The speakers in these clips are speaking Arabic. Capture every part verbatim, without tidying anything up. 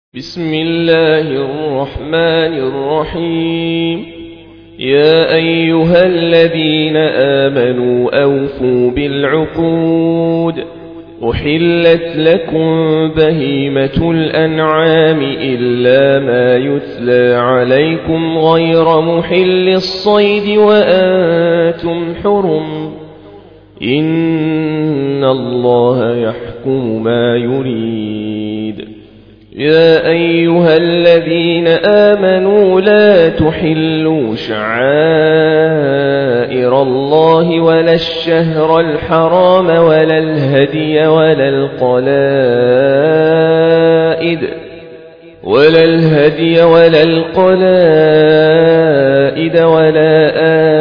بسم الله الرحمن الرحيم. يا أيها الذين آمنوا أوفوا بالعقود. أحلت لكم بهيمة الأنعام إلا ما يتلى عليكم غير محل الصيد وأنتم حرم. إن الله يحكم ما يريد. يا أيها الذين آمنوا لا تحلوا شعائر الله ولا الشهر الحرام ولا الهدي ولا القلائد ولا الهدي ولا القلائد ولا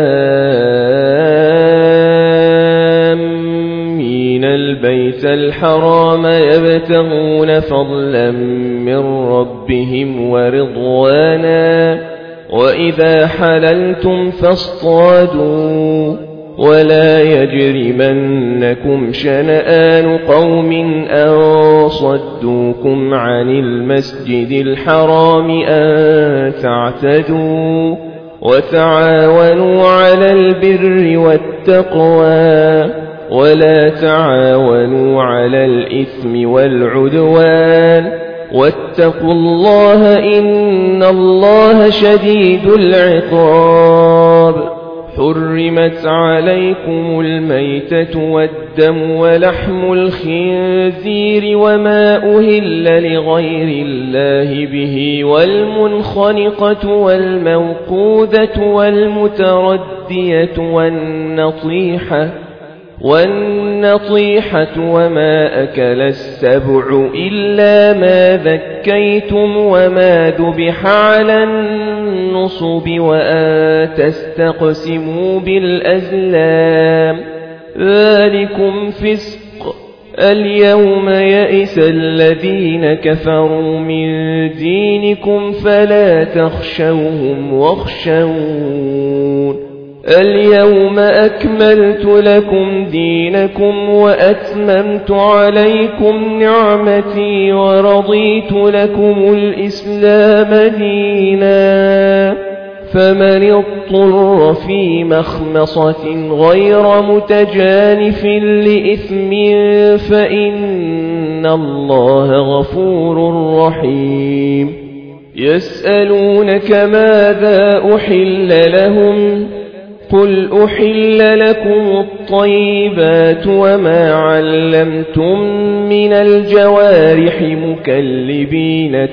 آمين البيت الحرام يبتغون فضلا من ربهم ورضوانا. وإذا حللتم فاصطادوا ولا يجرمنكم شنآن قوم أن صدوكم عن المسجد الحرام أن تعتدوا. وتعاونوا على البر والتقوى ولا تعاونوا على الإثم والعدوان. واتقوا الله إن الله شديد العقاب. حرمت عليكم الميتة والدم ولحم الخنزير وما أهل لغير الله به والمنخنقة والموقوذة والمتردية والنطيحة والنطيحة وما أكل السبع إلا ما ذكيتم وما ذبح على النصب وأن تستقسموا بالأزلام ذلكم فسق. اليوم يئس الذين كفروا من دينكم فلا تخشوهم واخشون. اليوم أكملت لكم دينكم وأتممت عليكم نعمتي ورضيت لكم الإسلام دينا. فمن اضطر في مخمصة غير متجانف لإثم فإن الله غفور رحيم. يسألونك ماذا أحل لهم قل أحل لكم الطيبات وما علمتم من الجوارح مكلبين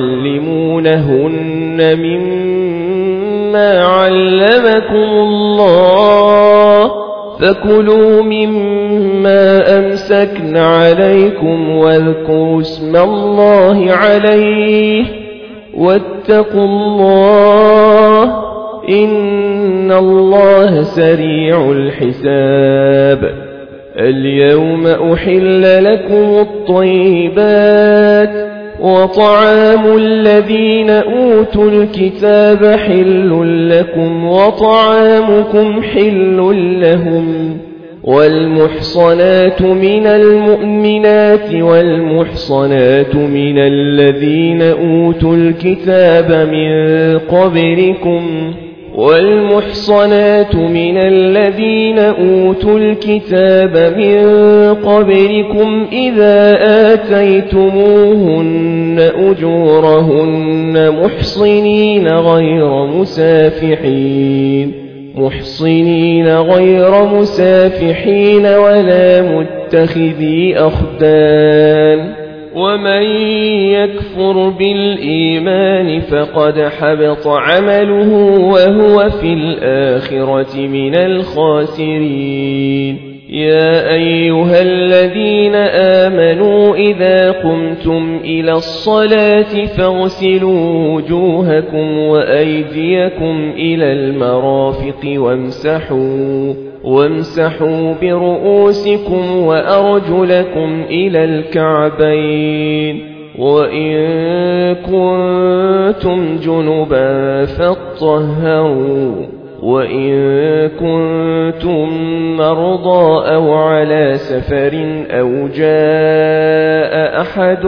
تعلمونهن مما علمكم الله فكلوا مما أمسكن عليكم واذكروا اسم الله عليه واتقوا الله إن الله سريع الحساب. اليوم أحل لكم الطيبات وطعام الذين أوتوا الكتاب حل لكم وطعامكم حل لهم. والمحصنات من المؤمنات والمحصنات من الذين أوتوا الكتاب من قبلكم والمحصنات من الذين أوتوا الكتاب من قبلكم إذا آتيتموهن أجورهن محصنين غير مسافحين محصنين غير مسافحين ولا متخذي أخدان. ومن يكفر بالإيمان فقد حبط عمله وهو في الآخرة من الخاسرين. يا أيها الذين آمنوا إذا قمتم إلى الصلاة فاغسلوا وجوهكم وأيديكم إلى المرافق وامسحوا وامسحوا برؤوسكم وأرجلكم إلى الكعبين. وإن كنتم جنبا فاطهروا وإن كنتم مرضى أو على سفر أو جاء أحد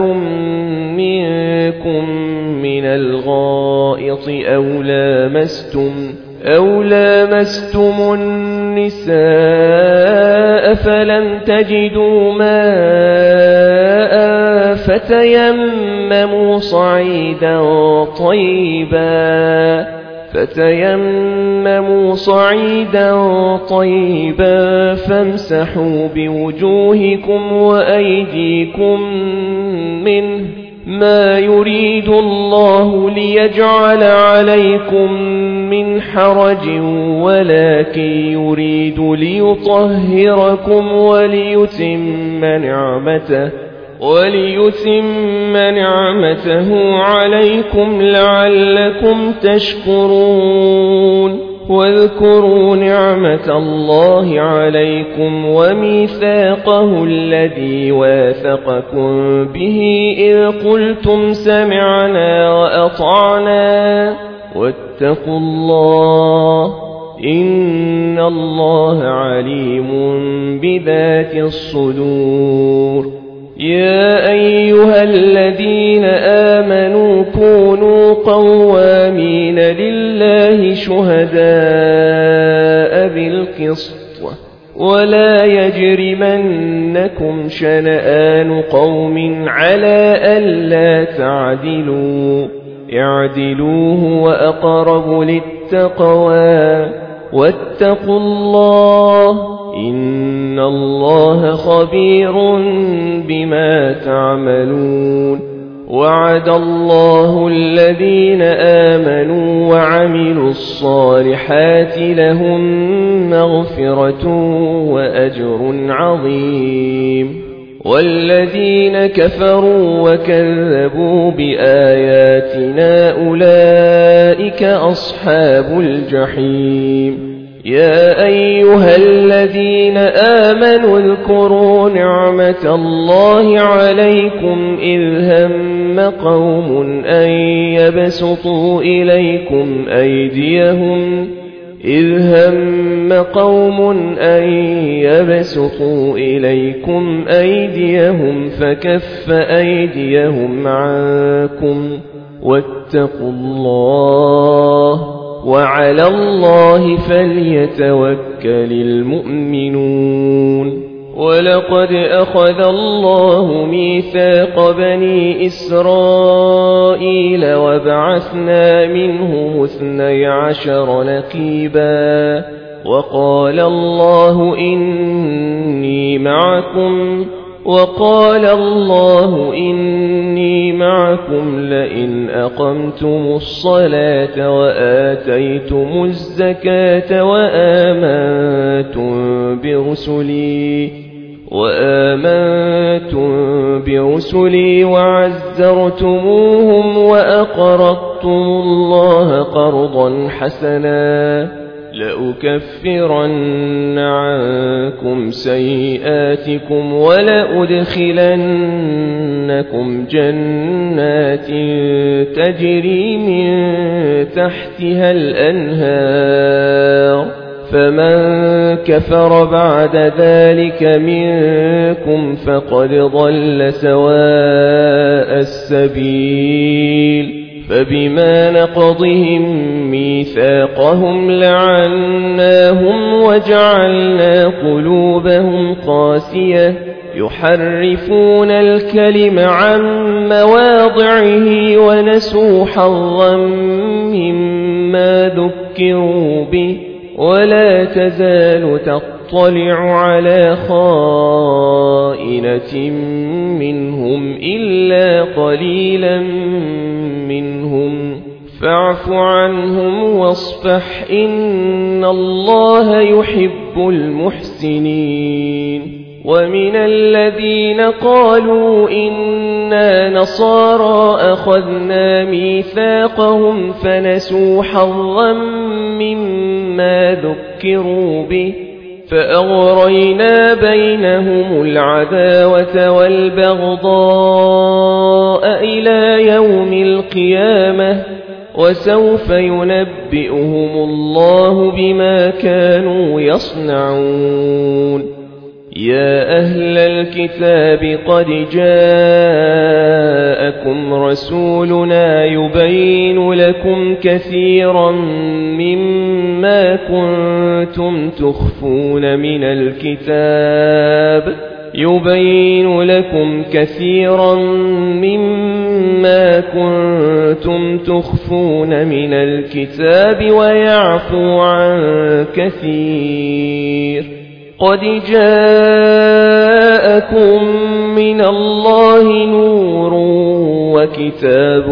منكم من الغائط أو لامستم أو لامستم النساء فلم تجدوا ماء فتيمموا صعيدا طيبا فتيمموا صعيدا طيبا فامسحوا بوجوهكم وأيديكم منه ما يريد الله ليجعل عليكم من حرج ولكن يريد ليطهركم وليتم نعمته وليتم نعمته عليكم لعلكم تشكرون واذكروا نعمة الله عليكم وميثاقه الذي واثقكم به إذ قلتم سمعنا وأطعنا واتقوا الله إن الله عليم بذات الصدور. يا أيها الذين آمنوا كونوا قوامين لله شهداء بالقسط ولا يجرمنكم شنآن قوم على ألا تعدلوا اعدلوا هو أقرب للتقوى واتقوا الله إن الله خبير بما تعملون. وعد الله الذين آمنوا وعملوا الصالحات لهم مغفرة وأجر عظيم والذين كفروا وكذبوا بآياتنا أولئك أصحاب الجحيم. يا أيها الذين آمنوا اذكروا نعمة الله عليكم إذ هم قوم أن يبسطوا إليكم أيديهم إذ هم قوم أن يبسطوا إليكم أيديهم فكف أيديهم عنكم واتقوا الله وعلى الله فليتوكل المؤمنون. ولقد أخذ الله ميثاق بني إسرائيل وبعثنا منهم اثني عشر نقيبا وقال الله إني معكم وقال الله إني معكم لئن أقمتم الصلاة وآتيتم الزكاة وآمنتم برسلي وآمنتم برسلي وعزرتموهم وأقرضتم الله قرضا حسنا لأكفرن عنكم سيئاتكم ولأدخلنكم جنات تجري من تحتها الأنهار فمن كفر بعد ذلك منكم فقد ضل سواء السبيل. فبما نقضهم ميثاقهم لعناهم وجعلنا قلوبهم قاسية يحرفون الكلم عن مواضعه ونسوا حظا مما ذكروا به ولا تزال تطلع على خائنة منهم إلا قليلا منهم فاعف عنهم واصفح إن الله يحب المحسنين. ومن الذين قالوا إنا نصارى أخذنا ميثاقهم فنسوا حظا مما ذكروا به فأغرينا بينهم العداوة والبغضاء إلى يوم القيامة وسوف ينبئهم الله بما كانوا يصنعون. يا أهل الكتاب قد جاءكم رسولنا يبين لكم كثيرا مما كنتم تخفون من الكتاب يبين لكم كثيرا مما كنتم تخفون من الكتاب ويعفو عن كثير. قد جاءكم من الله نور وكتاب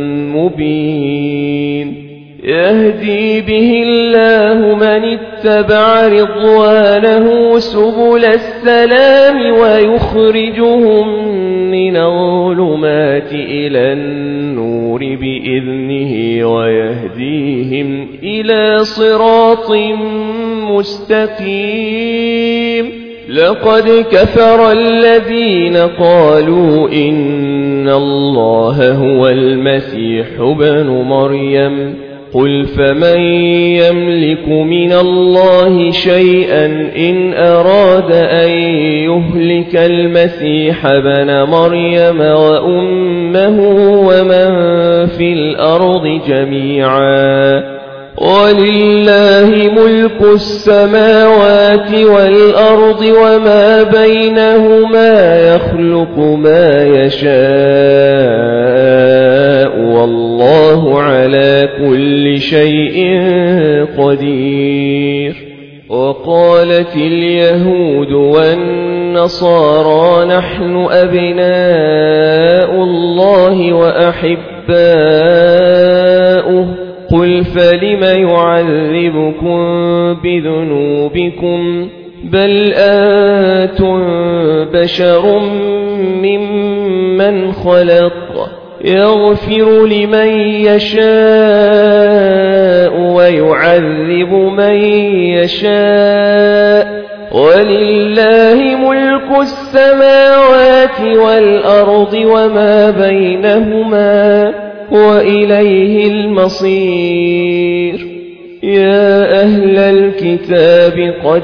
مبين يهدي به الله من اتبع رضوانه سبل السلام ويخرجهم من الظلمات إلى النور بإذنه ويهديهم إلى صراط مستقيم. لقد كفر الذين قالوا إن الله هو المسيح ابن مريم قل فمن يملك من الله شيئا إن أراد أن يهلك المسيح ابن مريم وأمه ومن في الأرض جميعا ولله ملك السماوات والأرض وما بينهما يخلق ما يشاء والله على كل شيء قدير. وقالت اليهود والنصارى نحن أبناء الله وأحباؤه قل فلم يعذبكم بذنوبكم بل أنتم بشر ممن خلق يغفر لمن يشاء ويعذب من يشاء ولله ملك السماوات والأرض وما بينهما وإليه المصير. يا أهل الكتاب قد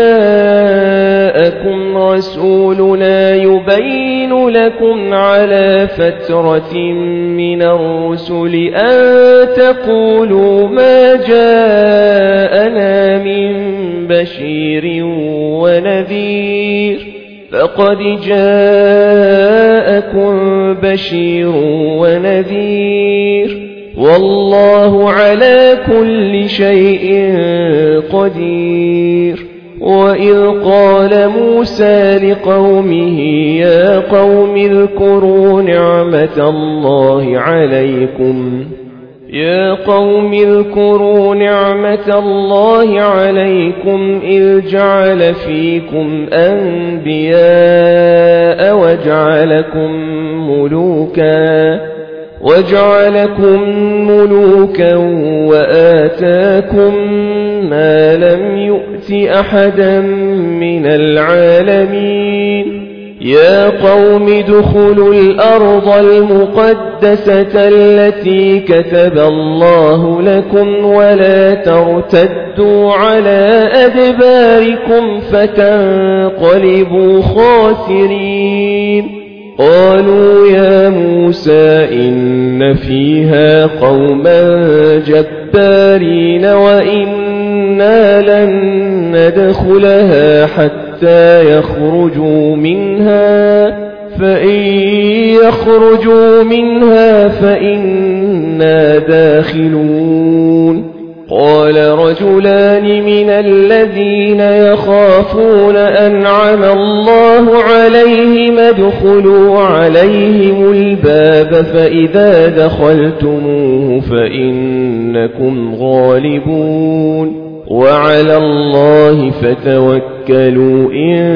جاءكم رسولنا يبين لكم على فترة من الرسل أن تقولوا ما جاءنا من بشير ونذير فقد جاءكم بشير ونذير والله على كل شيء قدير. وإذ قال موسى لقومه يا قوم اذكروا نعمة الله عليكم يا قوم اذكروا نعمة الله عليكم إذ جعل فيكم أنبياء وجعلكم ملوكا وجعلكم ملوكا وآتاكم ما لم يؤت أحدا من العالمين. يا قوم ادخلوا الأرض المقدسة التي كتب الله لكم ولا ترتدوا على أدباركم فتنقلبوا خاسرين. قالوا يا موسى إن فيها قوما جبارين وإنا لن ندخلها حتى يخرجوا منها فإن يخرجوا منها فإنا داخلون. قال رجلان من الذين يخافون أنعم الله عليهم ادخلوا عليهم الباب فإذا دخلتموه فإنكم غالبون وعلى الله فتوكلوا إن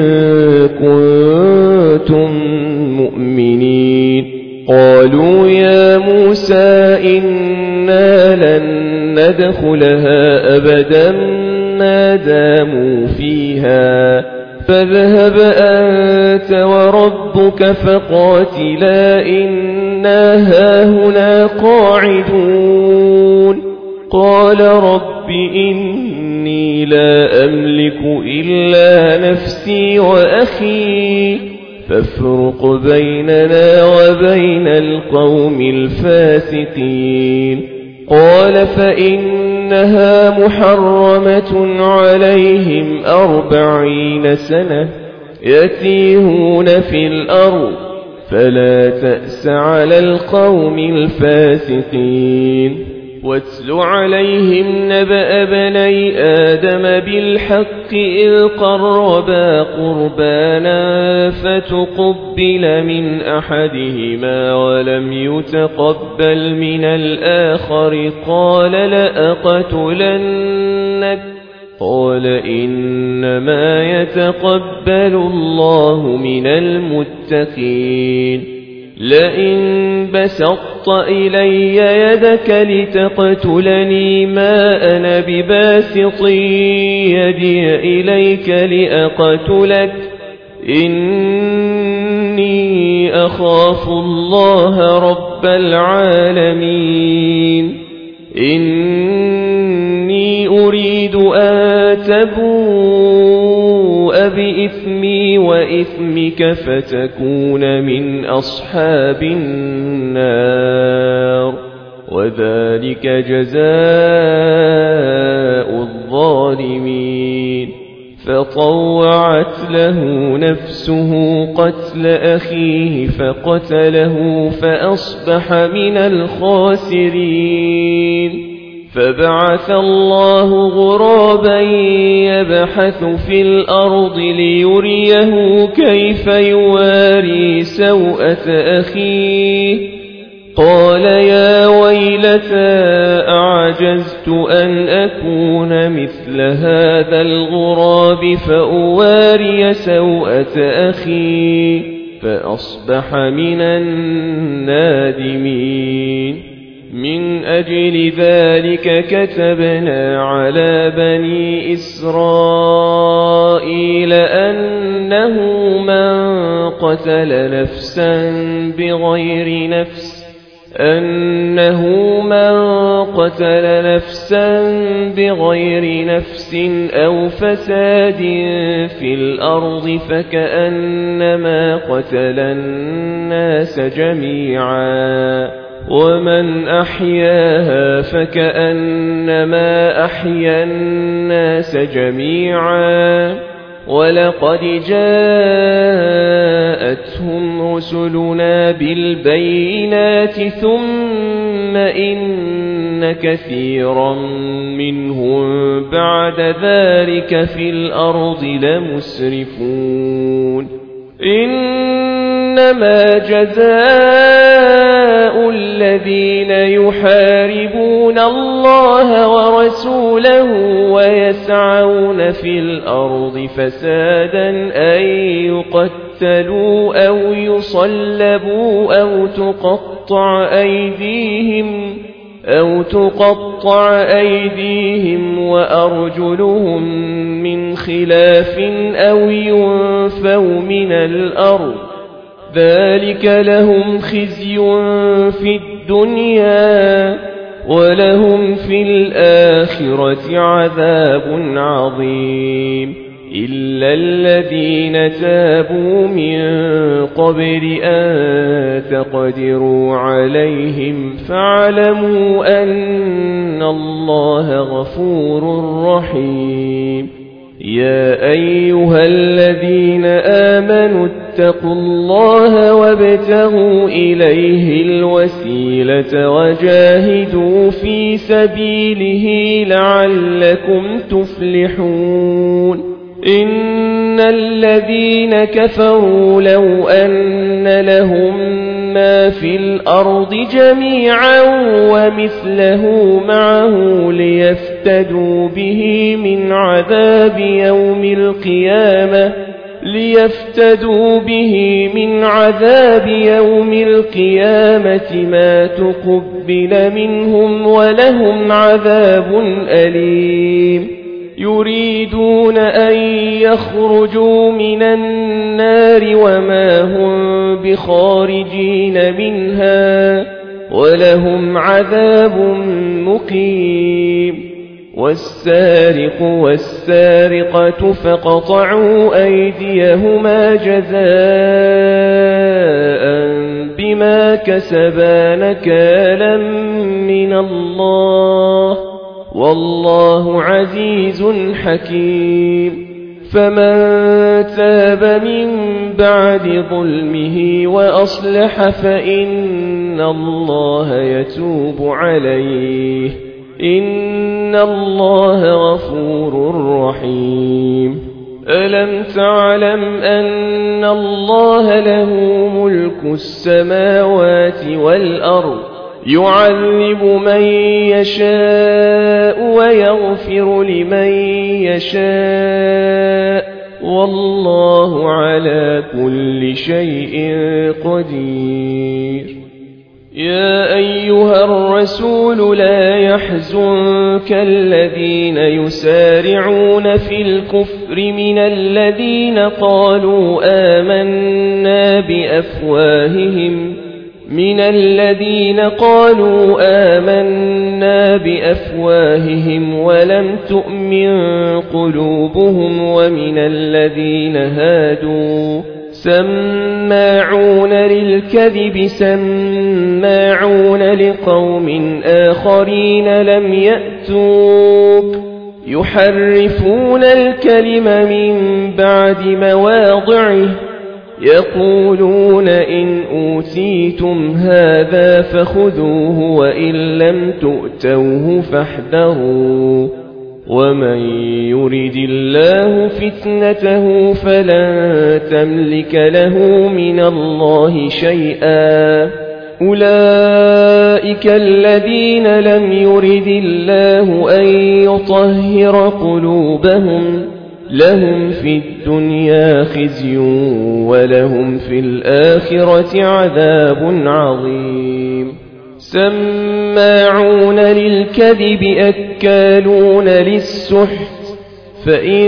كنتم مؤمنين. قالوا يا موسى إنا لن ندخلها أبدا ما داموا فيها فاذهب أنت وربك فقاتلا إنا هاهنا قاعدون قال رب إني لا أملك إلا نفسي وأخي فافرق بيننا وبين القوم الفاسقين قال فإنها محرمة عليهم أربعين سنة يتيهون في الأرض فلا تأس على القوم الفاسقين واتل عليهم نبأ بني آدم بالحق إذ قربا قربانا فتقبل من أحدهما ولم يتقبل من الآخر قال لأقتلنك قال إنما يتقبل الله من المتقين لئن بسطت إلي يدك لتقتلني ما أنا بباسط يدي إليك لأقتلك إني أخاف الله رب العالمين إني أريد أن تبوء بإثمي وإثمك فتكون من أصحاب النار وذلك جزاء الظالمين فطوعت له نفسه قتل أخيه فقتله فأصبح من الخاسرين فبعث الله غرابا يبحث في الأرض ليريه كيف يواري سوءة أخيه قال يا ويلتى أعجزت أن أكون مثل هذا الغراب فأواري سوءة أخي فأصبح من النادمين من أجل ذلك كتبنا على بني إسرائيل أنه من قتل نفسا بغير نفس أنه من قتل نفسا بغير نفس أو فساد في الأرض فكأنما قتل الناس جميعا ومن أحياها فكأنما أحيا الناس جميعا ولقد جاءتهم رسلنا بالبينات ثم إن كثيرا منهم بعد ذلك في الأرض لمسرفون إنما جزاء الذين يحاربون الله ورسوله ويسعون في الأرض فسادا أن يقتلوا أو يصلبوا أو تقطع أيديهم أو تقطع أيديهم وأرجلهم من خلاف أو ينفوا من الأرض ذلك لهم خزي في الدنيا ولهم في الآخرة عذاب عظيم إلا الذين تابوا من قبل أن تقدروا عليهم فاعلموا أن الله غفور رحيم يا أيها الذين آمنوا اتقوا الله وابتغوا إليه الوسيلة وجاهدوا في سبيله لعلكم تفلحون إن الذين كفروا لو أن لهم ما في الأرض جميعا ومثله معه ليفتدوا به من عذاب يوم القيامة ليفتدوا به من عذاب يوم القيامة ما تقبل منهم ولهم عذاب أليم يريدون أن يخرجوا من النار وما هم بخارجين منها ولهم عذاب مقيم والسارق والسارقة فاقطعوا أيديهما جزاء بما كسبا نكالا من الله والله عزيز حكيم فمن تاب من بعد ظلمه وأصلح فإن الله يتوب عليه إن الله غفور رحيم ألم تعلم أن الله له ملك السماوات والأرض يعذب من يشاء ويغفر لمن يشاء والله على كل شيء قدير يا أيها الرسول لا يحزنك الذين يسارعون في الكفر من الذين قالوا آمنا بأفواههم من الذين قالوا آمنا بأفواههم ولم تؤمن قلوبهم ومن الذين هادوا سماعون للكذب سماعون لقوم آخرين لم يأتوك يحرفون الكلم من بعد مواضعه يقولون إن أوتيتم هذا فخذوه وإن لم تؤتوه فاحذروا ومن يرد الله فتنته فلن تملك له من الله شيئا أولئك الذين لم يرد الله أن يطهر قلوبهم لهم في الدنيا خزي ولهم في الآخرة عذاب عظيم سماعون للكذب أكالون للسحت فإن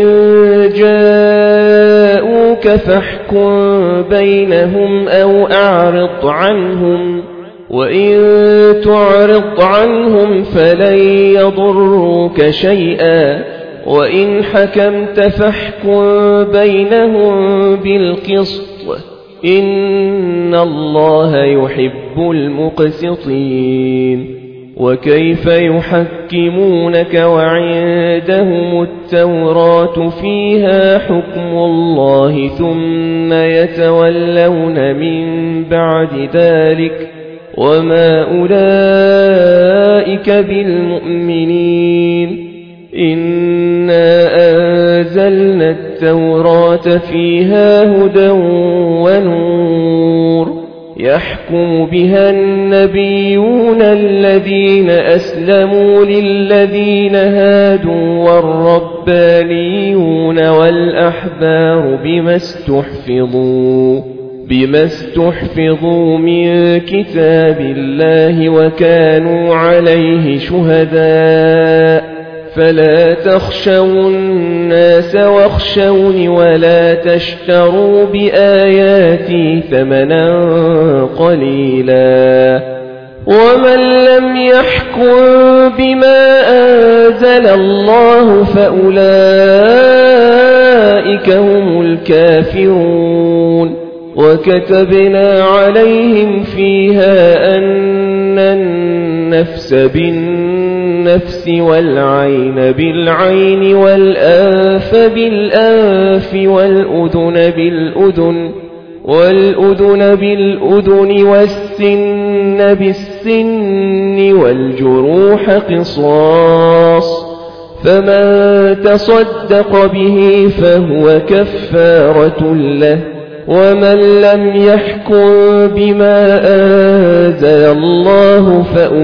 جاءوك فاحكم بينهم أو أعرض عنهم وإن تعرض عنهم فلن يضروك شيئا وإن حكمت فاحكم بينهم بالقسط إن الله يحب المقسطين وكيف يحكمونك وعندهم التوراة فيها حكم الله ثم يتولون من بعد ذلك وما أولئك بالمؤمنين إنا أنزلنا التوراة فيها هدى ونور يحكم بها النبيون الذين أسلموا للذين هادوا والربانيون والأحبار بما استحفظوا بما استحفظوا من كتاب الله وكانوا عليه شهداء فلا تخشوا الناس واخشوني ولا تشتروا بآياتي ثمنا قليلا ومن لم يحكم بما أنزل الله فأولئك هم الكافرون وكتبنا عليهم فيها أن النفس بالنفس والعين بالعين والأنف بالأنف والأذن بالأذن والأذن بالأذن والسن بالسن والجروح قصاص فمن تصدق به فهو كفارة له ومن لم يحكم بما أنزل الله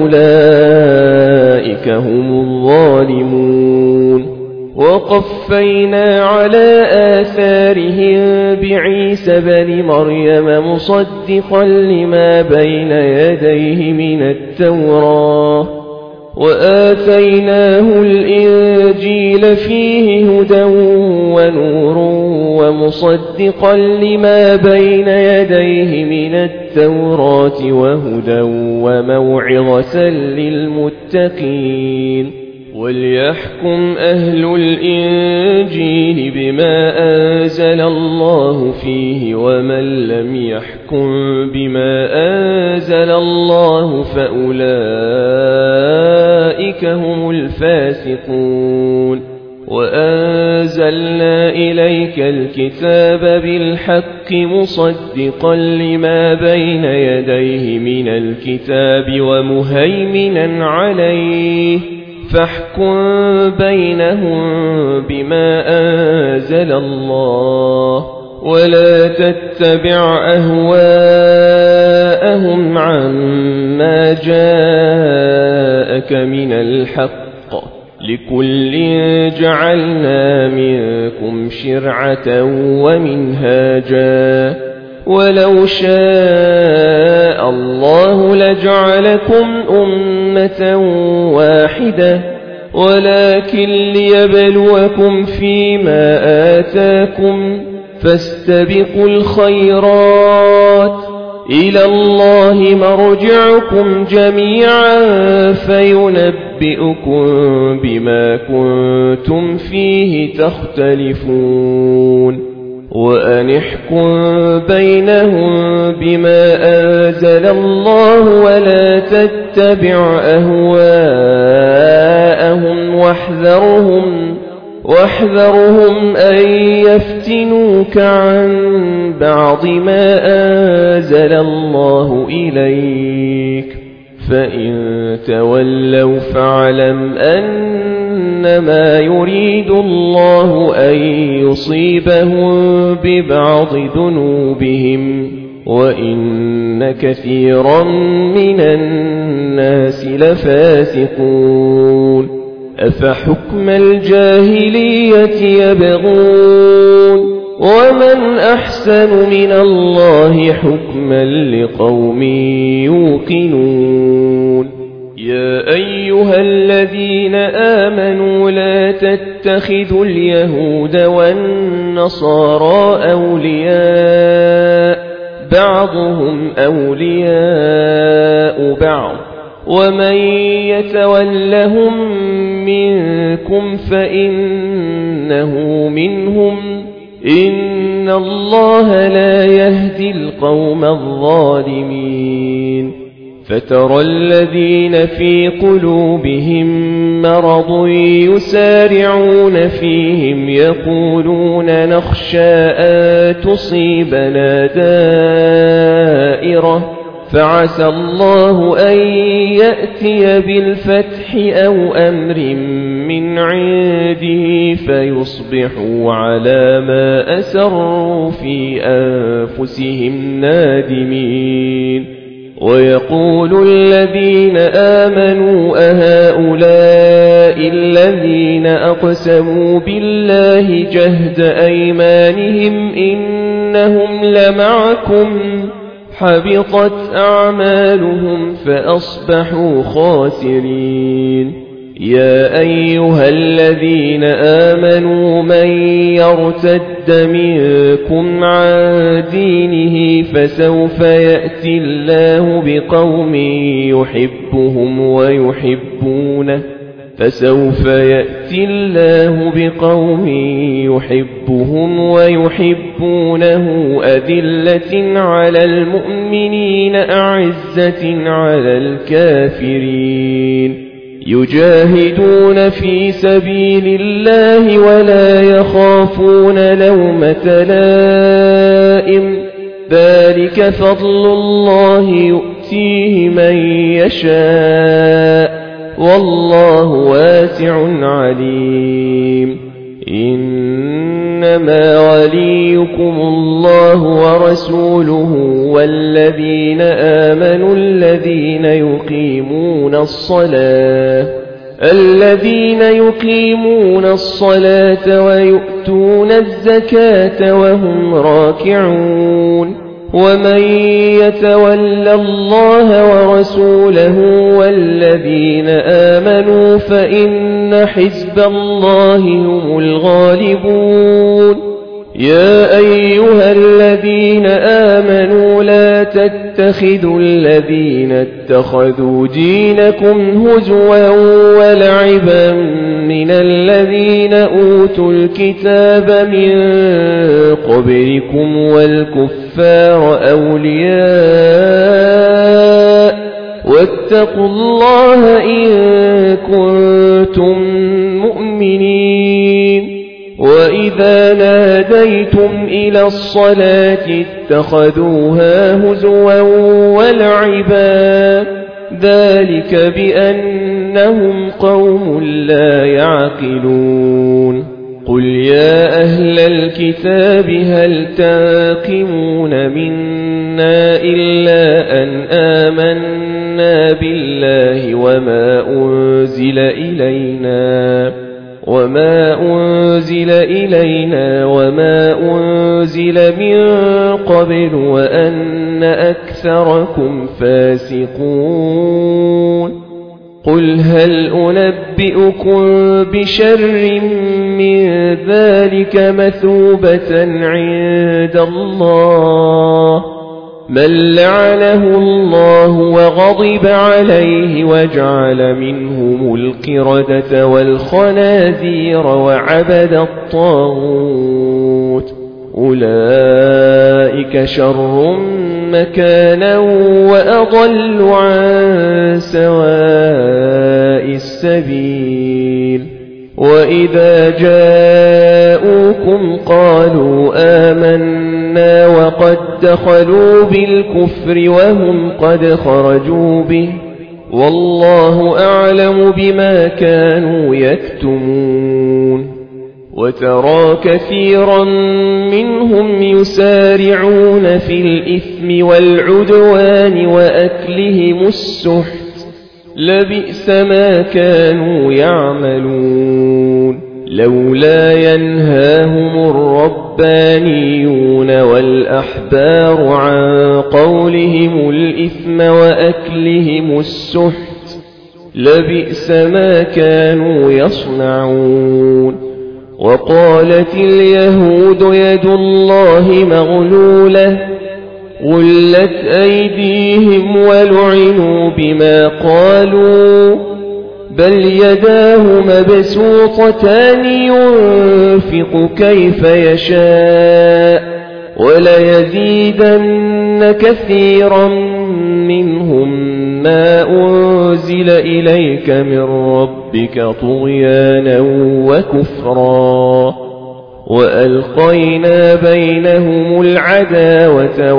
فأولئك هم الظالمون وقفينا على آثارهم بعيسى بن مريم مصدقا لما بين يديه من التوراة وآتيناه الإنجيل فيه هدى ونور ومصدقا لما بين يديه من التوراة وهدى وموعظة للمتقين وليحكم أهل الإنجيل بما أنزل الله فيه ومن لم يحكم بما أنزل الله فأولئك هم الفاسقون وأنزلنا إليك الكتاب بالحق مصدقا لما بين يديه من الكتاب ومهيمنا عليه فاحكم بينهم بما أنزل الله ولا تتبع أهواءهم عما جاءك من الحق لكل جعلنا منكم شرعة ومنهاجا ولو شاء الله لجعلكم أمة واحدة ولكن ليبلوكم فيما آتاكم فاستبقوا الخيرات إلى الله مرجعكم جميعا فينبئكم بما كنتم فيه تختلفون وأن احكم بينهم بما أنزل الله ولا تتبع أهواءهم واحذرهم واحذرهم أن يفتنوك عن بعض ما أنزل الله إليك فإن تولوا فاعلم أنما يريد الله أن يصيبهم ببعض ذنوبهم وإن كثيرا من الناس لفاسقون أفحكم الجاهلية يبغون ومن أحسن من الله حكما لقوم يوقنون يا أيها الذين آمنوا لا تتخذوا اليهود والنصارى أولياء بعضهم أولياء بعض ومن يتولهم منكم فإنه منهم إن الله لا يهدي القوم الظالمين فترى الذين في قلوبهم مرض يسارعون فيهم يقولون نخشى أن تصيبنا دائرة فعسى الله أن يأتي بالفتح أو أمر من عنده فيصبحوا على ما أسروا في أنفسهم نادمين ويقول الذين آمنوا أهؤلاء الذين أقسموا بالله جهد أيمانهم إنهم لمعكم حبطت أعمالهم فأصبحوا خاسرين يا أيها الذين آمنوا من يرتد منكم عن دينه فسوف يأتي الله بقوم يحبهم ويحبونه فسوف يأتي الله بقوم يحبهم ويحبونه أذلة على المؤمنين أعزة على الكافرين يجاهدون في سبيل الله ولا يخافون لومة لائم ذلك فضل الله يؤتيه من يشاء والله واسع عليم إنما وليكم الله ورسوله والذين آمنوا الذين يقيمون الصلاة الذين يقيمون الصلاة ويؤتون الزكاة وهم راكعون ومن يتول الله ورسوله والذين آمنوا فإن حزب الله هم الغالبون. يا أيها الذين آمنوا لا تتخذوا الذين اتخذوا دينكم هزوا ولعبا من الذين أوتوا الكتاب من قبلكم والكفار أولياء واتقوا الله إن كنتم مؤمنين. وإذا ناديتم إلى الصلاة اتخذوها هزوا ولعبا ذلك بأنهم قوم لا يعقلون. قل يا أهل الكتاب هل تنقمون منا إلا أن آمنا بالله وما أنزل إلينا وما أنزل إلينا وما أنزل من قبل وأن أكثركم فاسقون. قل هل أنبئكم بشر من ذلك مثوبة عند الله من لعنه الله وغضب عليه وجعل منهم القردة والخنازير وعبد الطاغوت أولئك شر مكانا وأضل عن سواء السبيل. وإذا جاءوكم قالوا آمنا وقد دخلوا بالكفر وهم قد خرجوا به والله أعلم بما كانوا يكتمون. وترى كثيرا منهم يسارعون في الإثم والعدوان وأكلهم السحت لبئس ما كانوا يعملون. لولا ينهاهم الربانيون والأحبار عن قولهم الإثم وأكلهم السحت لبئس ما كانوا يصنعون. وقالت اليهود يد الله مغلولة غلت أيديهم ولعنوا بما قالوا بل يداه مبسوطتان ينفق كيف يشاء وليزيدن كثيرا منهم ما أنزل إليك من ربك طغيانا وكفرا وألقينا بينهم العداوة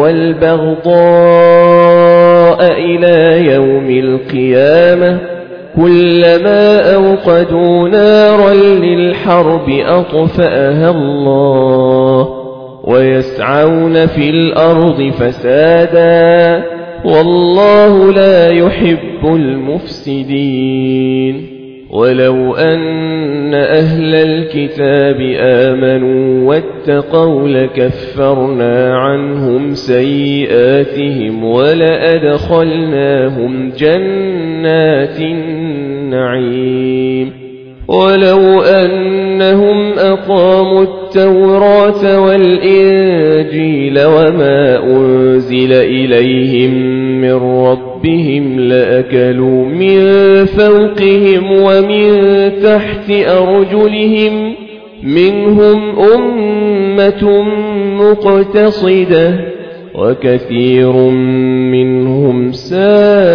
والبغضاء إلى يوم القيامة كلما أوقدوا نارا للحرب أطفأها الله ويسعون في الأرض فسادا والله لا يحب المفسدين. ولو أن أهل الكتاب آمنوا واتقوا لكفرنا عنهم سيئاتهم ولأدخلناهم جنات النعيم. ولو أنهم أقاموا التوراة والإنجيل وما أنزل إليهم من ربهم لأكلوا من فوقهم ومن تحت أرجلهم منهم أمة مقتصدة وكثير منهم ساء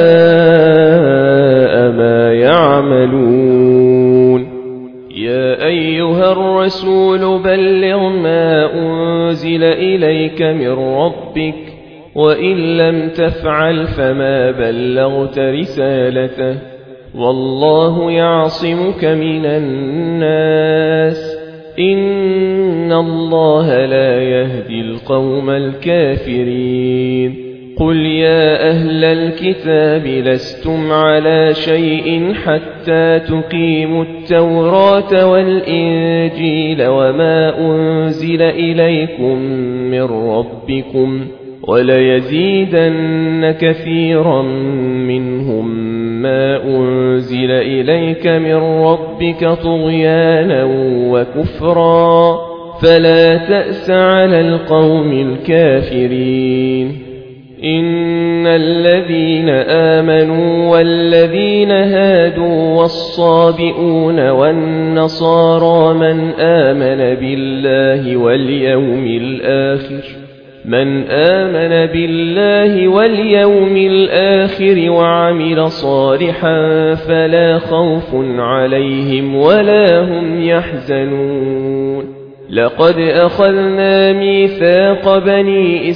ما يعملون. يا أيها الرسول بلغ ما أنزل إليك من ربك وإن لم تفعل فما بلغت رسالته والله يعصمك من الناس إن الله لا يهدي القوم الكافرين. قل يا أهل الكتاب لستم على شيء حتى تقيموا التوراة والإنجيل وما أنزل إليكم من ربكم وليزيدن كثيرا منهم ما أنزل إليك من ربك طغيانا وكفرا فلا تأس على القوم الكافرين إن الذين آمنوا والذين هادوا والصابئون والنصارى من آمن بالله واليوم الآخر من آمن بالله واليوم الآخر وعمل صالحا فلا خوف عليهم ولا هم يحزنون لقد أخذنا ميثاق بني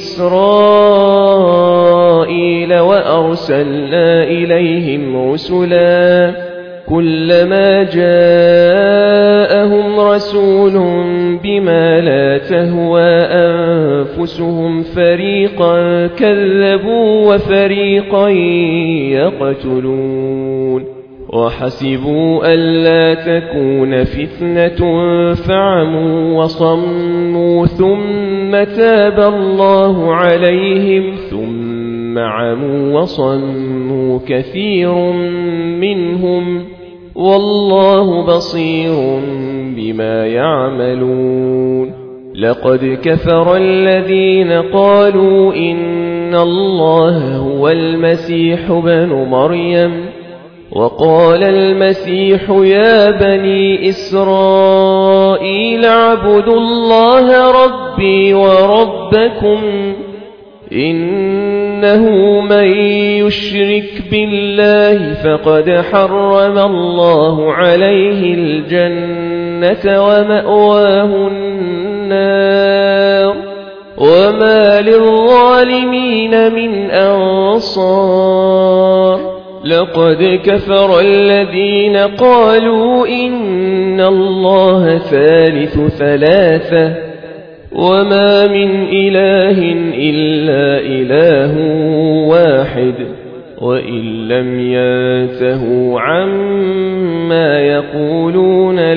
إسرائيل وأرسلنا إليهم رسلا كلما جاءهم رسول بما لا تهوى أنفسهم فريقا كذبوا وفريقا يقتلون وحسبوا ألا تكون فتنة فعموا وصموا ثم تاب الله عليهم ثم عموا وصموا كثير منهم والله بصير بما يعملون لقد كفر الذين قالوا إن الله هو المسيح ابن مريم وقال المسيح يا بني إسرائيل اعبدوا الله ربي وربكم إنه من يشرك بالله فقد حرم الله عليه الجنة ومأواه النار وما للظالمين من أنصار لقد كفر الذين قالوا إن الله ثالث ثلاثة وما من إله إلا إله واحد وإن لم ينتهوا عما يقولون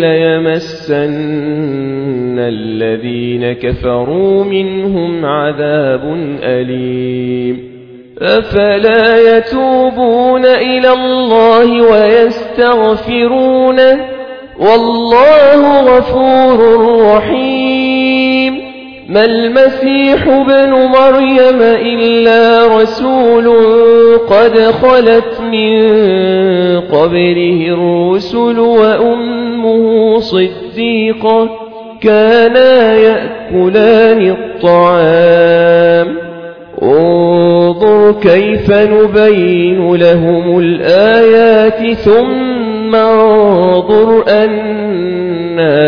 ليمسن الذين كفروا منهم عذاب أليم أفلا يتوبون إلى الله ويستغفرونه والله غفور رحيم ما المسيح ابن مريم إلا رسول قد خلت من قبله الرسل وأمه صديقة كانا يأكلان الطعام انظر كيف نبين لهم الآيات ثم انظر أنا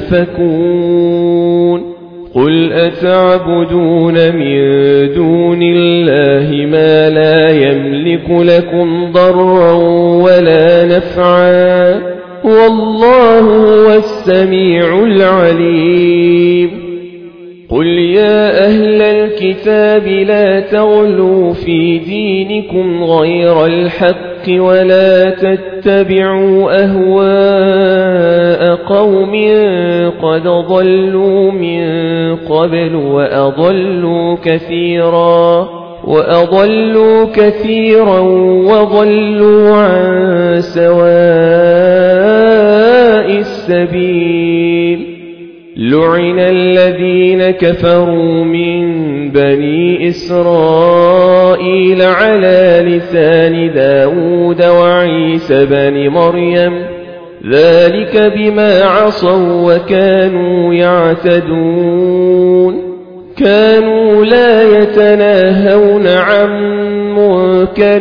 يؤفكون قل أتعبدون من دون الله ما لا يملك لكم ضرا ولا نفعا والله هو السميع العليم قل يا أهل الكتاب لا تغلوا في دينكم غير الحق ولا تتبعوا أهواء قوم قد ضلوا من قبل وأضلوا كثيرا وأضلوا كثيرا وضلوا عن سواء السبيل لعن الذين كفروا من بني إسرائيل على لسان داود وعيسى بن مريم ذلك بما عصوا وكانوا يعتدون كانوا لا يتناهون عن منكر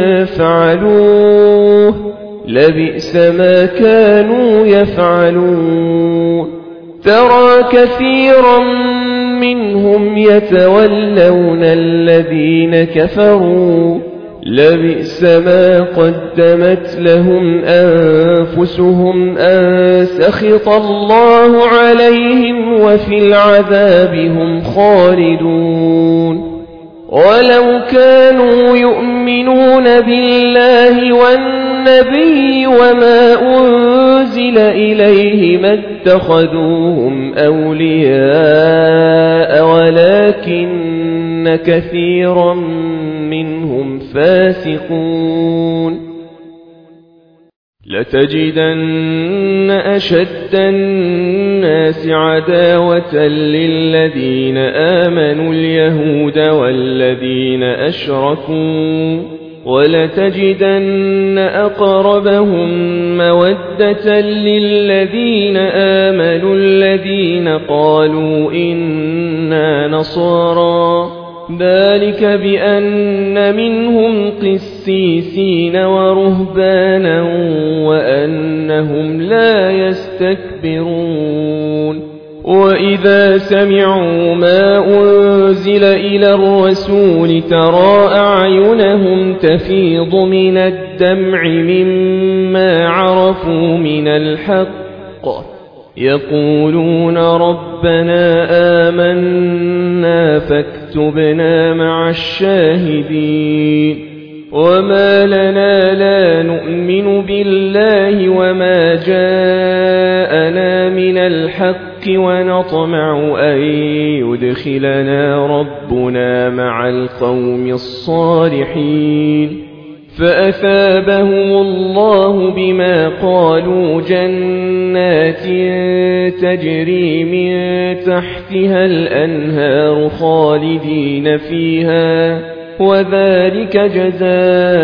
فعلوه لبئس ما كانوا يفعلون ترى كثيرا منهم يتولون الذين كفروا لبئس ما قدمت لهم أنفسهم أن سخط الله عليهم وفي العذاب هم خالدون ولو كانوا يؤمنون بالله والنبي وما أنزل إليه ما اتخذوهم أولياء ولكن كثيرا منهم فاسقون لتجدن أشد الناس عداوة للذين آمنوا اليهود والذين أشركوا ولتجدن أقربهم مودة للذين آمنوا الذين قالوا إنا نصارى ذلك بأن منهم قسيسين ورهبانا وأنهم لا يستكبرون وإذا سمعوا ما أنزل إلى الرسول ترى أعينهم تفيض من الدمع مما عرفوا من الحق يقولون ربنا آمنا فاكتبنا مع الشاهدين وما لنا لا نؤمن بالله وما جاءنا من الحق ونطمع أن يدخلنا ربنا مع القوم الصالحين فأثابهم الله بما قالوا جنات تجري من تحتها الأنهار خالدين فيها وذلك جزاء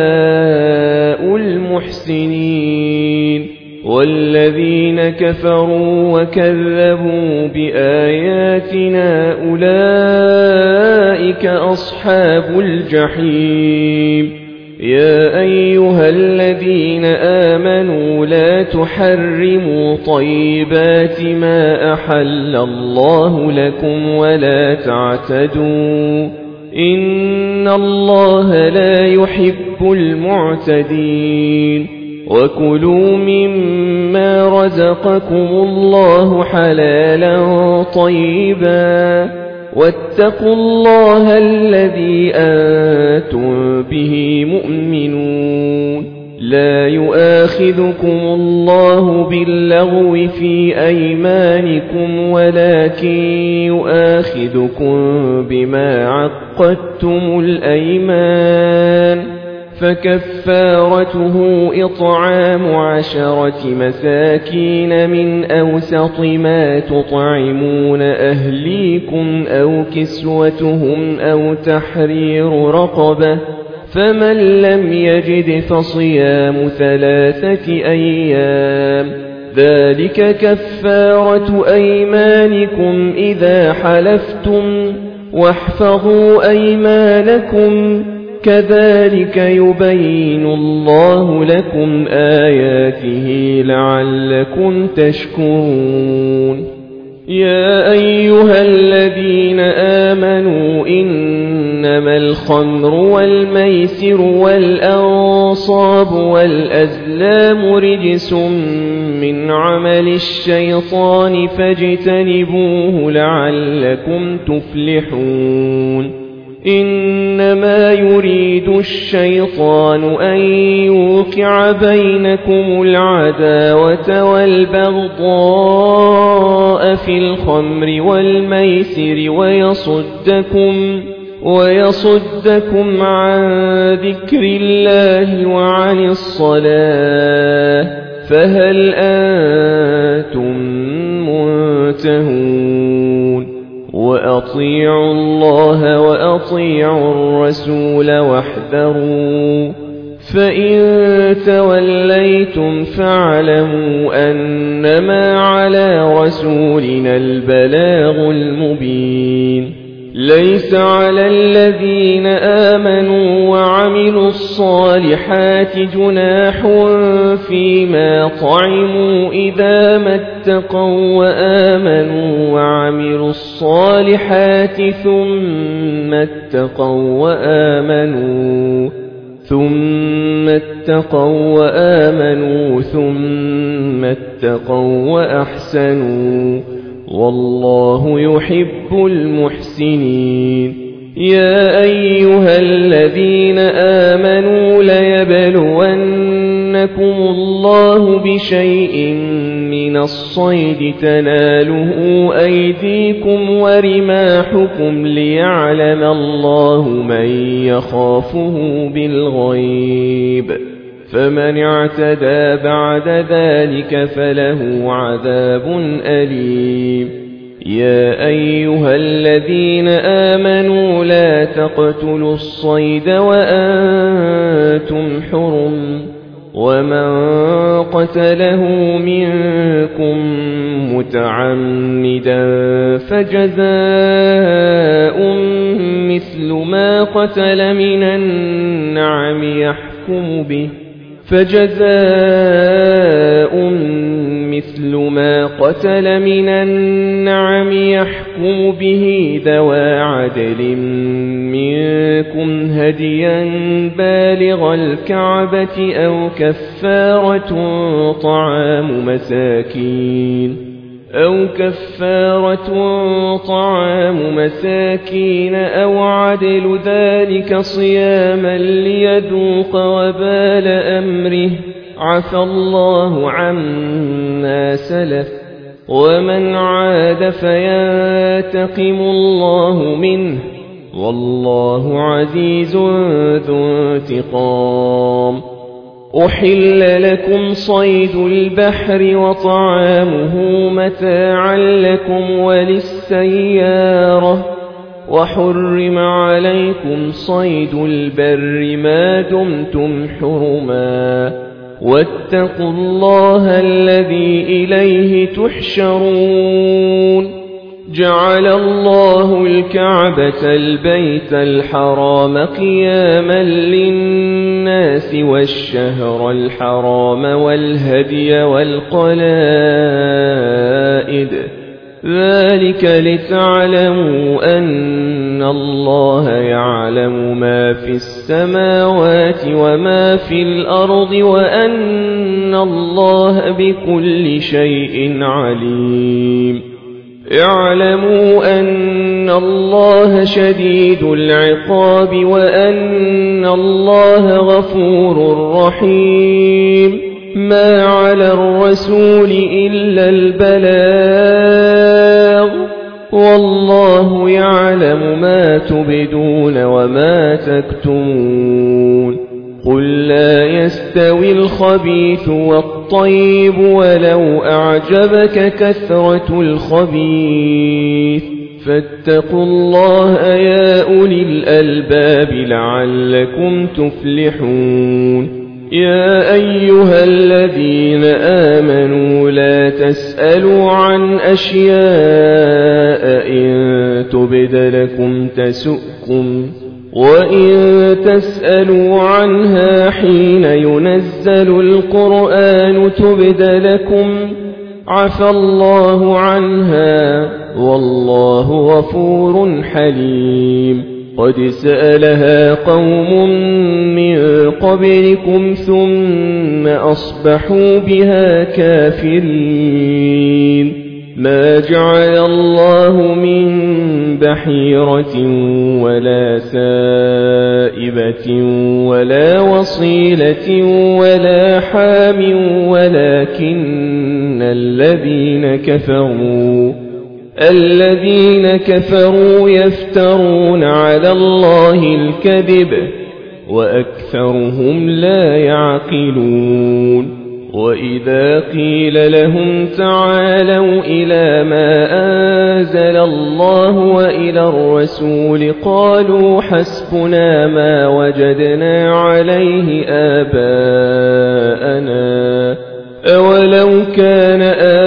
المحسنين والذين كفروا وكذبوا بآياتنا أولئك أصحاب الجحيم يا أيها الذين آمنوا لا تحرموا طيبات ما أحل الله لكم ولا تعتدوا إن الله لا يحب المعتدين وكلوا مما رزقكم الله حلالا طيبا واتقوا الله الذي أنتم به مؤمنون لا يؤاخذكم الله باللغو في أيمانكم ولكن يؤاخذكم بما عقدتم الأيمان فكفارته إطعام عشرة مساكين من أوسط ما تطعمون أهليكم أو كسوتهم أو تحرير رقبة فمن لم يجد فصيام ثلاثة أيام ذلك كفارة أيمانكم إذا حلفتم واحفظوا أيمانكم كذلك يبين الله لكم آياته لعلكم تشكرون يا أيها الذين آمنوا إنما الخمر والميسر والأنصاب والأزلام رجس من عمل الشيطان فاجتنبوه لعلكم تفلحون إنما يريد الشيطان أن يوقع بينكم العداوة والبغضاء في الخمر والميسر ويصدكم ويصدكم عن ذكر الله وعن الصلاة فهل أنتم منتهون وأطيعوا الله وأطيعوا الرسول واحذروا فإن توليتم فاعلموا أنما على رسولنا البلاغ المبين ليس على الذين آمنوا وعملوا الصالحات جناح فيما طعموا إذا ما اتقوا وآمنوا وعملوا الصالحات ثم اتقوا وآمنوا ثم اتقوا وآمنوا ثم اتقوا وأحسنوا والله يحب المحسنين يا أيها الذين آمنوا ليبلونكم الله بشيء من الصيد تناله أيديكم ورماحكم ليعلم الله من يخافه بالغيب فمن اعتدى بعد ذلك فله عذاب أليم يا أيها الذين آمنوا لا تقتلوا الصيد وأنتم حرم ومن قتله منكم متعمدا فجزاء مثل ما قتل من النعم يحكم به فجزاء مثل ما قتل من النعم يحكم به ذوى عدل منكم هديا بالغ الكعبة أو كفارة طعام مساكين أو كفارة طعام مساكين أو عدل ذلك صياما ليذوق وبال أمره عفى الله عما سلف ومن عاد فينتقم الله منه والله عزيز ذو انتقام أحل لكم صيد البحر وطعامه متاعا لكم وللسيارة وحرم عليكم صيد البر ما دمتم حرما واتقوا الله الذي إليه تحشرون جعل الله الكعبة البيت الحرام قياما للناس والشهر الحرام والهدي والقلائد ذلك لتعلموا أن الله يعلم ما في السماوات وما في الأرض وأن الله بكل شيء عليم اعلموا أن الله شديد العقاب وأن الله غفور رحيم ما على الرسول إلا البلاغ والله يعلم ما تبدون وما تكتمون قل لا يستوي الخبيث والطيب ولو أعجبك كثرة الخبيث فاتقوا الله يا أولي الألباب لعلكم تفلحون يا أيها الذين آمنوا لا تسألوا عن أشياء إن تبد لكم تسؤكم وإن تسألوا عنها حين ينزل القرآن تبد لكم عفى الله عنها والله غفور حليم قد سألها قوم من قبلكم ثم أصبحوا بها كافرين ما جعل الله من بحيرة ولا سائبة ولا وصيلة ولا حام ولكن الذين كفروا الذين كفروا يفترون على الله الكذب وأكثرهم لا يعقلون وإذا قيل لهم تعالوا إلى ما أنزل الله وإلى الرسول قالوا حسبنا ما وجدنا عليه آباءنا أولو كان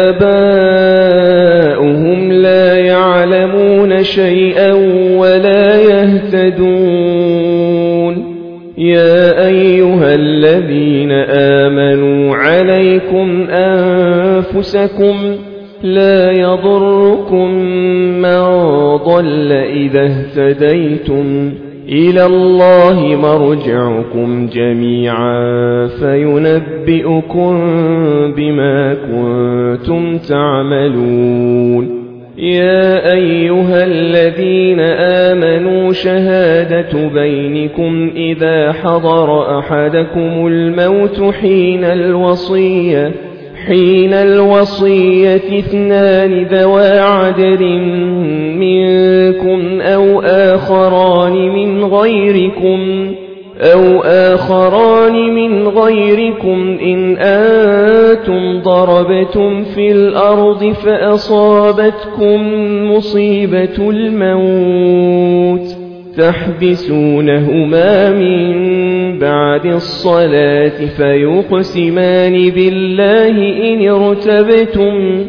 آباؤهم لا يعلمون شيئا ولا يهتدون يا أيها الذين آمنوا عليكم أنفسكم لا يضركم من ضل إذا اهتديتم إلى الله مرجعكم جميعا فينبئكم بما كنتم تعملون يا أيها الذين آمنوا شهادة بينكم إذا حضر أحدكم الموت حين الوصية حين الوصية اثنان ذوى عدل منكم أو آخران من غيركم أو آخران من غيركم إن أنتم ضربتم في الأرض فأصابتكم مصيبة الموت تحبسونهما من بعد الصلاة فيقسمان بالله إن ارتبتم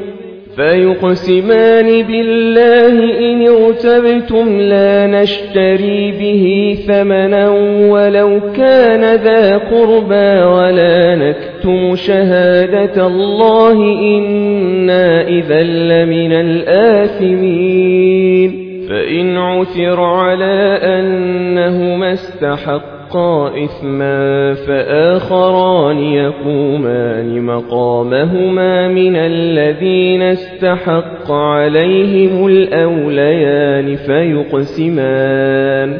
فيقسمان بالله إن ارتبتم لا نشتري به ثمنا ولو كان ذا قربى ولا نكتم شهادة الله إنا إذا لمن الآثمين فإن عثر على أنهما استحقا إثما فآخران يقومان مقامهما من الذين استحق عليهم الأوليان فيقسمان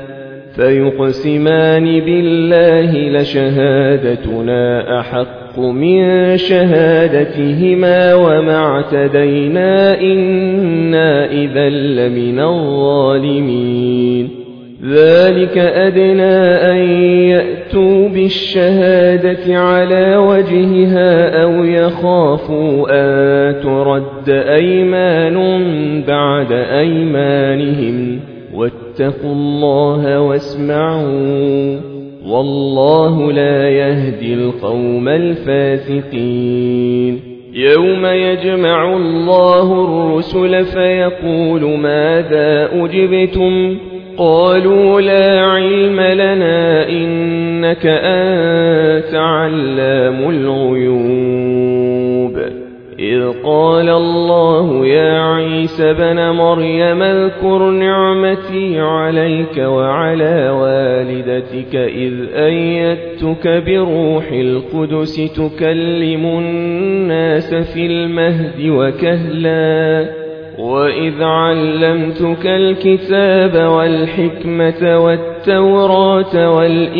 فيقسمان بالله لشهادتنا أحق من شهادتهما وما اعتدينا إنا إذا لمن الظالمين ذلك أدنى أن يأتوا بالشهادة على وجهها أو يخافوا أن ترد أيمان بعد أيمانهم واتقوا الله واسمعوا والله لا يهدي القوم الفاسقين يوم يجمع الله الرسل فيقول ماذا أجبتم قالوا لا علم لنا إنك أنت علام الغيوب إذ قال الله يا عيسى بن مريم اذكر نعمتي عليك وعلى والدتك إذ أيدتك بروح القدس تكلم الناس في المهد وكهلا وإذ علمتك الكتاب والحكمة والتوراة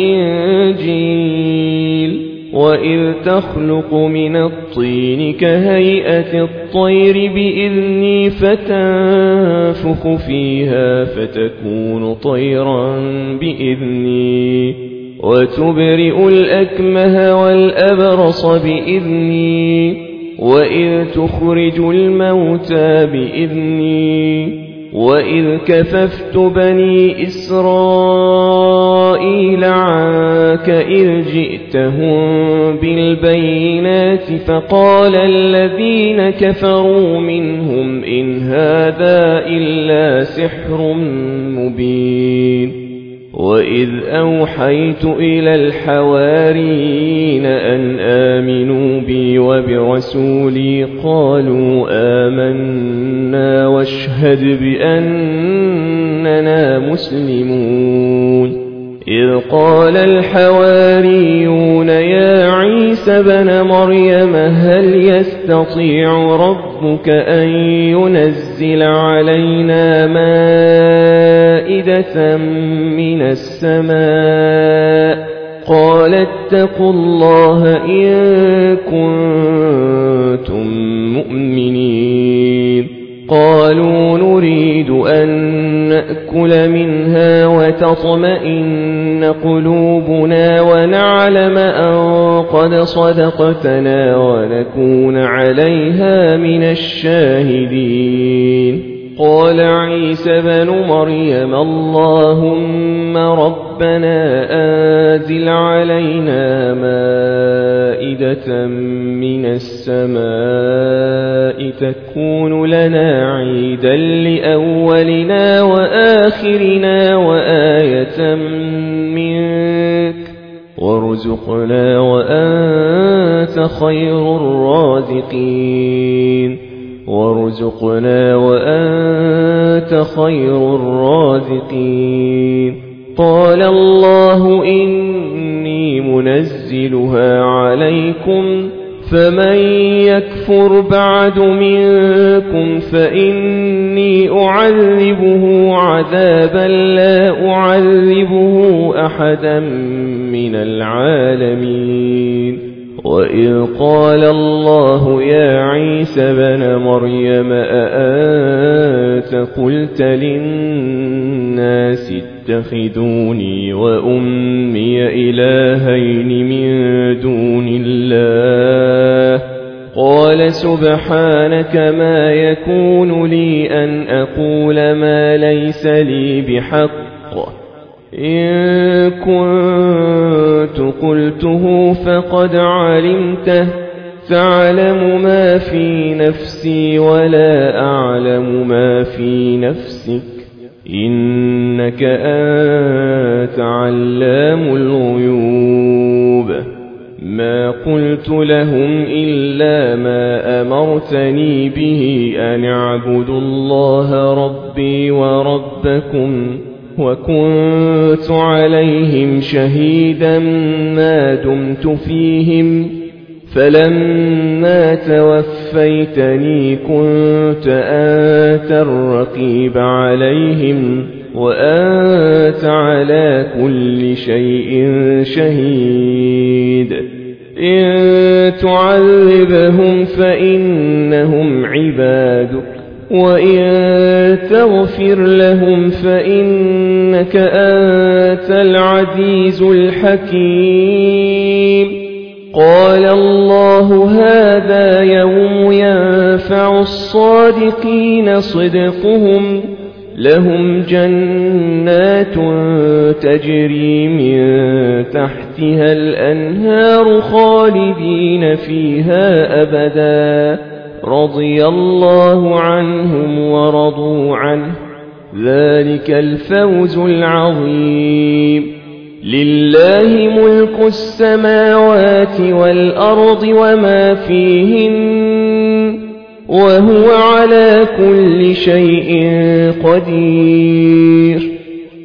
والإنجيل وإذ تخلق من الطين كهيئة الطير بإذني فتنفخ فيها فتكون طيرا بإذني وتبرئ الأكمه والأبرص بإذني وإذ تخرج الموتى بإذني وإذ كففت بني إسرائيل عنك إذ جئتهم بالبينات فقال الذين كفروا منهم إن هذا إلا سحر مبين وإذ أوحيت إلى الحواريين أن آمنوا بي وبرسولي قالوا آمنا واشهد بأننا مسلمون إذ قال الحواريون يا عيسى بن مريم هل يستطيع ربك أن ينزل علينا مائدة من السماء قال اتقوا الله إن كنتم مؤمنين قالوا نريد أن نأكل منها وتطمئن قلوبنا ونعلم أن قد صدقتنا ونكون عليها من الشاهدين قال عيسى بن مريم اللهم ربنا أنزل علينا مائدة من السماء تكون لنا عيدا لأولنا وآخرنا وآية منك وارزقنا وأنت خير الرازقين وارزقنا وأنت خير الرازقين قال الله إني منزلها عليكم فمن يكفر بعد منكم فإني أعذبه عذابا لا أعذبه أحدا من العالمين. وإذ قال الله يا عيسى بن مريم أأنت قلت للناس اتخذوني وأمي إلهين من دون الله قال سبحانك ما يكون لي أن أقول ما ليس لي بحق إن كنت قلته فقد علمته تعلم ما في نفسي ولا أعلم ما في نفسك إنك أنت علام الغيوب. ما قلت لهم إلا ما أمرتني به أن اعبدوا الله ربي وربكم وكنت عليهم شهيدا ما دمت فيهم فلما توفيتني كنت أنت الرقيب عليهم وأنت على كل شيء شهيد. إن تعذبهم فإنهم عبادك وإن تغفر لهم فإنك أنت العزيز الحكيم. قال الله هذا يوم ينفع الصادقين صدقهم لهم جنات تجري من تحتها الأنهار خالدين فيها أبدا رضي الله عنهم ورضوا عنه ذلك الفوز العظيم. لله ملك السماوات والأرض وما فيهن وهو على كل شيء قدير.